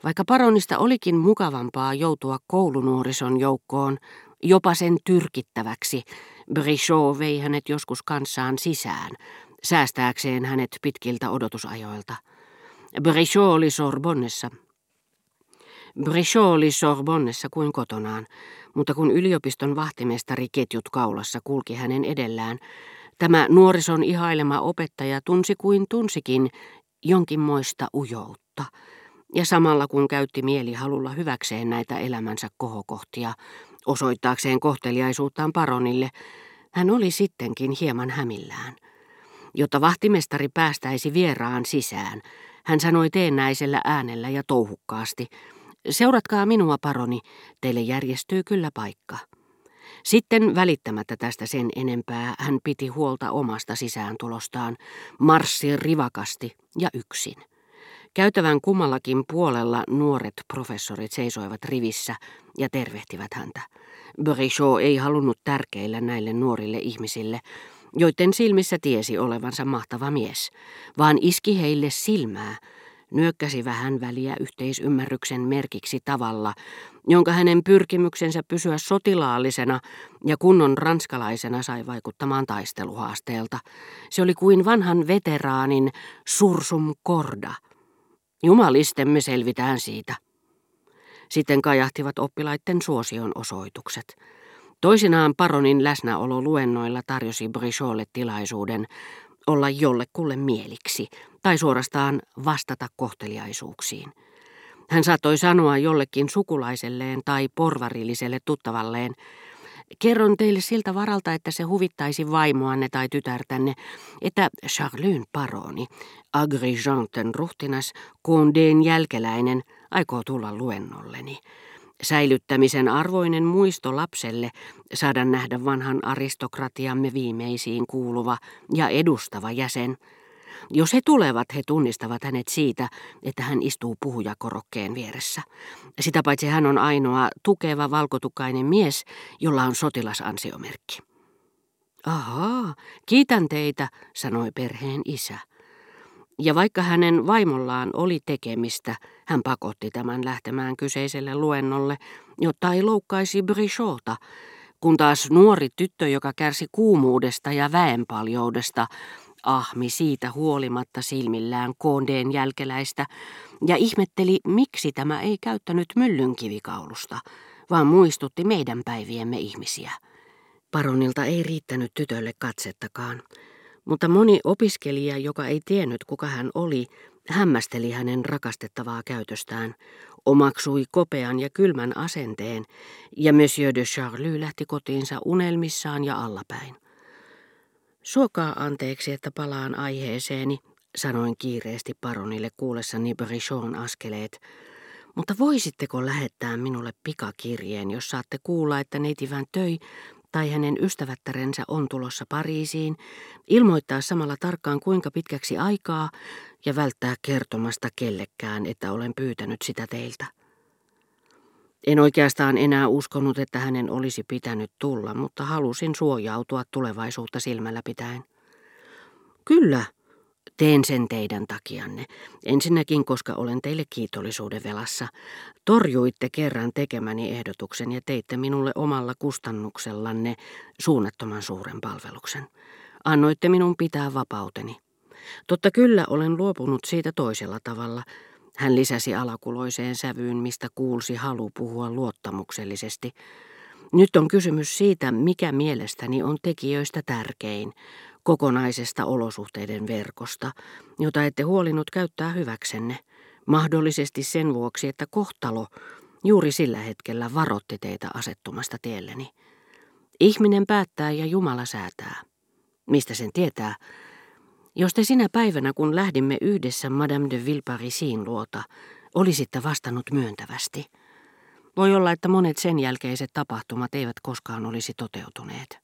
Vaikka paronista olikin mukavampaa joutua koulunuorison joukkoon, jopa sen tyrkittäväksi, Brichot vei hänet joskus kanssaan sisään, säästääkseen hänet pitkiltä odotusajoilta. Brichot oli Sorbonnessa kuin kotonaan, mutta kun yliopiston vahtimestari ketjut kaulassa kulki hänen edellään, tämä nuorison ihailema opettaja tunsi kuin tunsikin jonkinmoista ujoutta. Ja samalla kun käytti mielihalulla hyväkseen näitä elämänsä kohokohtia, osoittaakseen kohteliaisuuttaan paronille, hän oli sittenkin hieman hämillään. Jotta vahtimestari päästäisi vieraan sisään, hän sanoi teennäisellä äänellä ja touhukkaasti: "Seuratkaa minua, paroni, teille järjestyy kyllä paikka." Sitten välittämättä tästä sen enempää hän piti huolta omasta sisääntulostaan, marssi rivakasti ja yksin. Käytävän kummallakin puolella nuoret professorit seisoivat rivissä ja tervehtivät häntä. Brichot ei halunnut tärkeillä näille nuorille ihmisille, joiden silmissä tiesi olevansa mahtava mies, vaan iski heille silmää, nyökkäsi vähän väliä yhteisymmärryksen merkiksi tavalla, jonka hänen pyrkimyksensä pysyä sotilaallisena ja kunnon ranskalaisena sai vaikuttamaan taisteluhaasteelta. Se oli kuin vanhan veteraanin sursum corda. Jumalistemme selvitään siitä. Sitten kajahtivat oppilaitten suosion osoitukset. Toisinaan paronin läsnäolo luennoilla tarjosi Bricholle tilaisuuden olla jollekulle mieliksi tai suorastaan vastata kohteliaisuuksiin. Hän saattoi sanoa jollekin sukulaiselleen tai porvarilliselle tuttavalleen: "Kerron teille siltä varalta, että se huvittaisi vaimoanne tai tytärtänne, että Charlyn paroni, Agrigentin ruhtinas, Condén jälkeläinen, aikoo tulla luennolleni. Säilyttämisen arvoinen muisto lapselle saada nähdä vanhan aristokratiamme viimeisiin kuuluva ja edustava jäsen. Jos he tulevat, he tunnistavat hänet siitä, että hän istuu puhujakorokkeen vieressä. Sitä paitsi hän on ainoa tukeva valkotukkainen mies, jolla on sotilasansiomerkki." "Ahaa, kiitän teitä", sanoi perheen isä. Ja vaikka hänen vaimollaan oli tekemistä, hän pakotti tämän lähtemään kyseiselle luennolle, jotta ei loukkaisi Brichota, kun taas nuori tyttö, joka kärsi kuumuudesta ja väenpaljoudesta, ahmi siitä huolimatta silmillään Condén jälkeläistä ja ihmetteli, miksi tämä ei käyttänyt myllynkivikaulusta, vaan muistutti meidän päiviemme ihmisiä. Paronilta ei riittänyt tytölle katsettakaan, mutta moni opiskelija, joka ei tiennyt kuka hän oli, hämmästeli hänen rakastettavaa käytöstään, omaksui kopean ja kylmän asenteen, ja Monsieur de Charlus lähti kotiinsa unelmissaan ja allapäin. "Suokaa anteeksi, että palaan aiheeseeni", sanoin kiireesti paronille kuullessani Brichotin askeleet, "mutta voisitteko lähettää minulle pikakirjeen, jos saatte kuulla, että neiti Vinteuil tai hänen ystävättärensä on tulossa Pariisiin, ilmoittaa samalla tarkkaan kuinka pitkäksi aikaa ja välttää kertomasta kellekään, että olen pyytänyt sitä teiltä." En oikeastaan enää uskonut, että hänen olisi pitänyt tulla, mutta halusin suojautua tulevaisuutta silmällä pitäen. "Kyllä, teen sen teidän takianne. Ensinnäkin, koska olen teille kiitollisuuden velassa. Torjuitte kerran tekemäni ehdotuksen ja teitte minulle omalla kustannuksellanne suunnattoman suuren palveluksen. Annoitte minun pitää vapauteni. Totta kyllä olen luopunut siitä toisella tavalla." Hän lisäsi alakuloiseen sävyyn, mistä kuulsi halu puhua luottamuksellisesti. "Nyt on kysymys siitä, mikä mielestäni on tekijöistä tärkein, kokonaisesta olosuhteiden verkosta, jota ette huolinut käyttää hyväksenne, mahdollisesti sen vuoksi, että kohtalo juuri sillä hetkellä varotti teitä asettumasta tielleni. Ihminen päättää ja Jumala säätää. Mistä sen tietää? Jos te sinä päivänä, kun lähdimme yhdessä Madame de Villeparisin luota, olisitte vastannut myöntävästi. Voi olla, että monet sen jälkeiset tapahtumat eivät koskaan olisi toteutuneet."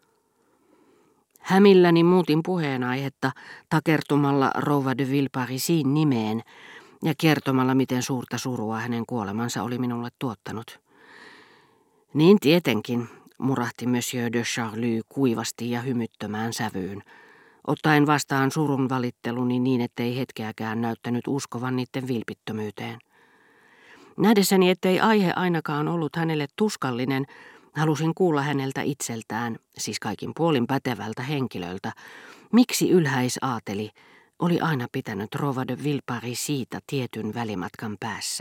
Hämilläni muutin puheenaihetta takertumalla rouva de Villeparisin nimeen ja kertomalla, miten suurta surua hänen kuolemansa oli minulle tuottanut. "Niin tietenkin", murahti Monsieur de Charlus kuivasti ja hymyttömään sävyyn, ottaen vastaan surun valitteluni niin, ettei hetkeäkään näyttänyt uskovan niiden vilpittömyyteen. Nähdessäni, ettei aihe ainakaan ollut hänelle tuskallinen, halusin kuulla häneltä itseltään, siis kaikin puolin pätevältä henkilöltä, miksi ylhäisaateli oli aina pitänyt Rova de Villeparisis siitä tietyn välimatkan päässä.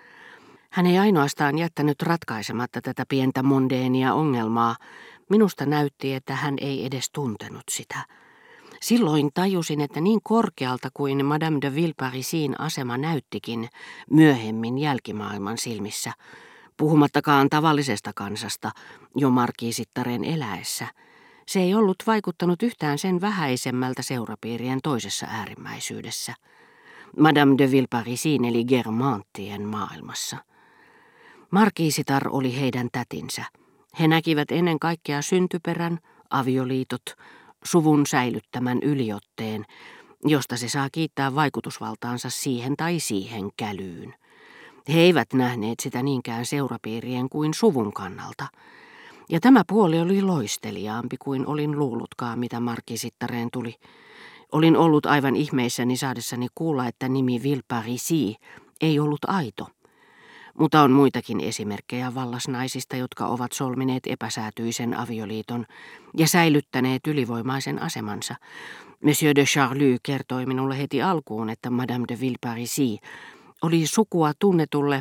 Hän ei ainoastaan jättänyt ratkaisematta tätä pientä mondeenia ongelmaa, minusta näytti, että hän ei edes tuntenut sitä. Silloin tajusin, että niin korkealta kuin Madame de Villeparisin asema näyttikin myöhemmin jälkimaailman silmissä, puhumattakaan tavallisesta kansasta jo markiisittaren eläessä, se ei ollut vaikuttanut yhtään sen vähäisemmältä seurapiirien toisessa äärimmäisyydessä. Madame de Villeparisin eli Guermantes maailmassa. Markiisitar oli heidän tätinsä. He näkivät ennen kaikkea syntyperän, avioliitot, suvun säilyttämän yliotteen, josta se saa kiittää vaikutusvaltaansa siihen tai siihen kälyyn. He eivät nähneet sitä niinkään seurapiirien kuin suvun kannalta. Ja tämä puoli oli loisteliaampi kuin olin luullutkaan, mitä markiisittareen tuli. Olin ollut aivan ihmeissäni saadessani kuulla, että nimi Villeparisis ei ollut aito. Mutta on muitakin esimerkkejä vallasnaisista, jotka ovat solmineet epäsäätyisen avioliiton ja säilyttäneet ylivoimaisen asemansa. Monsieur de Charlus kertoi minulle heti alkuun, että Madame de Villeparisis oli sukua tunnetulle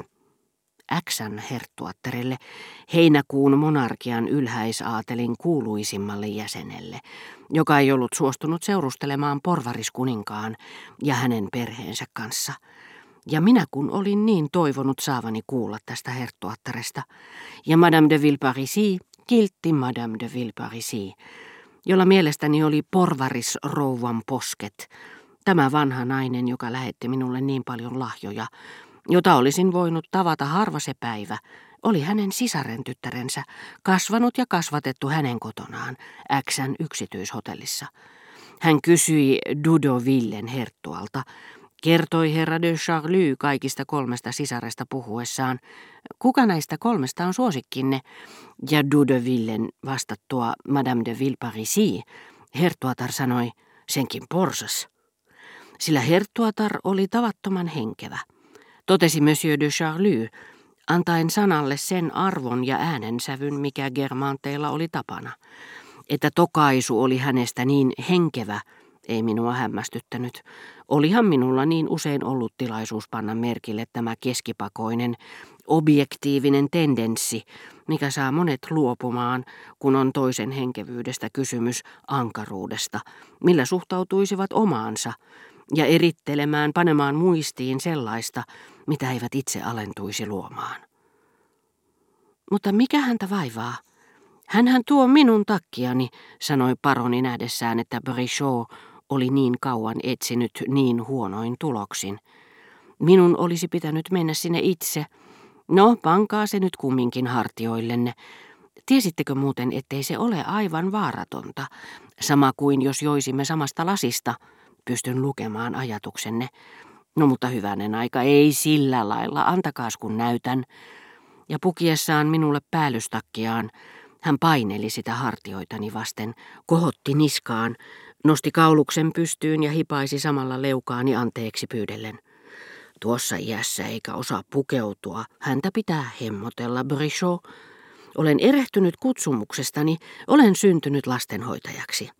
X:n herttuatterelle, heinäkuun monarkian ylhäisaatelin kuuluisimmalle jäsenelle, joka ei ollut suostunut seurustelemaan porvariskuninkaan ja hänen perheensä kanssa. Ja minä kun olin niin toivonut saavani kuulla tästä herttuattaresta, ja Madame de Villeparisis, kiltti Madame de Villeparisis, jolla mielestäni oli porvarisrouvan posket, tämä vanha nainen, joka lähetti minulle niin paljon lahjoja, jota olisin voinut tavata harva se päivä, oli hänen sisaren tyttärensä, kasvanut ja kasvatettu hänen kotonaan, X:n yksityishotellissa. Hän kysyi Dudovillen herttualta, kertoi herra de Charlus kaikista kolmesta sisaresta puhuessaan, kuka näistä kolmesta on suosikkinne, ja Dudovillen vastattua Madame de Villeparisis, herttuatar sanoi, senkin porsas. Sillä herttuatar oli tavattoman henkevä. Totesi Monsieur de Charlus, antaen sanalle sen arvon ja äänensävyn, mikä Guermanteilla oli tapana. Että tokaisu oli hänestä niin henkevä, ei minua hämmästyttänyt. Olihan minulla niin usein ollut tilaisuus panna merkille tämä keskipakoinen, objektiivinen tendenssi, mikä saa monet luopumaan, kun on toisen henkevyydestä kysymys, ankaruudesta, millä suhtautuisivat omaansa, ja erittelemään, panemaan muistiin sellaista, mitä eivät itse alentuisi luomaan. Mutta mikä häntä vaivaa? Hänhän tuo minun takkiani, sanoi paroni nähdessään, että Brichot oli niin kauan etsinyt niin huonoin tuloksin. Minun olisi pitänyt mennä sinne itse. No, pankaa se nyt kumminkin hartioillenne. Tiesittekö muuten, ettei se ole aivan vaaratonta, sama kuin jos joisimme samasta lasista? Pystyn lukemaan ajatuksenne. No mutta hyvänen aika, ei sillä lailla, antakaas kun näytän. Ja pukiessaan minulle päällystakkiaan, hän paineli sitä hartioitani vasten, kohotti niskaan, nosti kauluksen pystyyn ja hipaisi samalla leukaani anteeksi pyydellen. Tuossa iässä eikä osaa pukeutua, häntä pitää hemmotella, Brichot. Olen erehtynyt kutsumuksestani, olen syntynyt lastenhoitajaksi.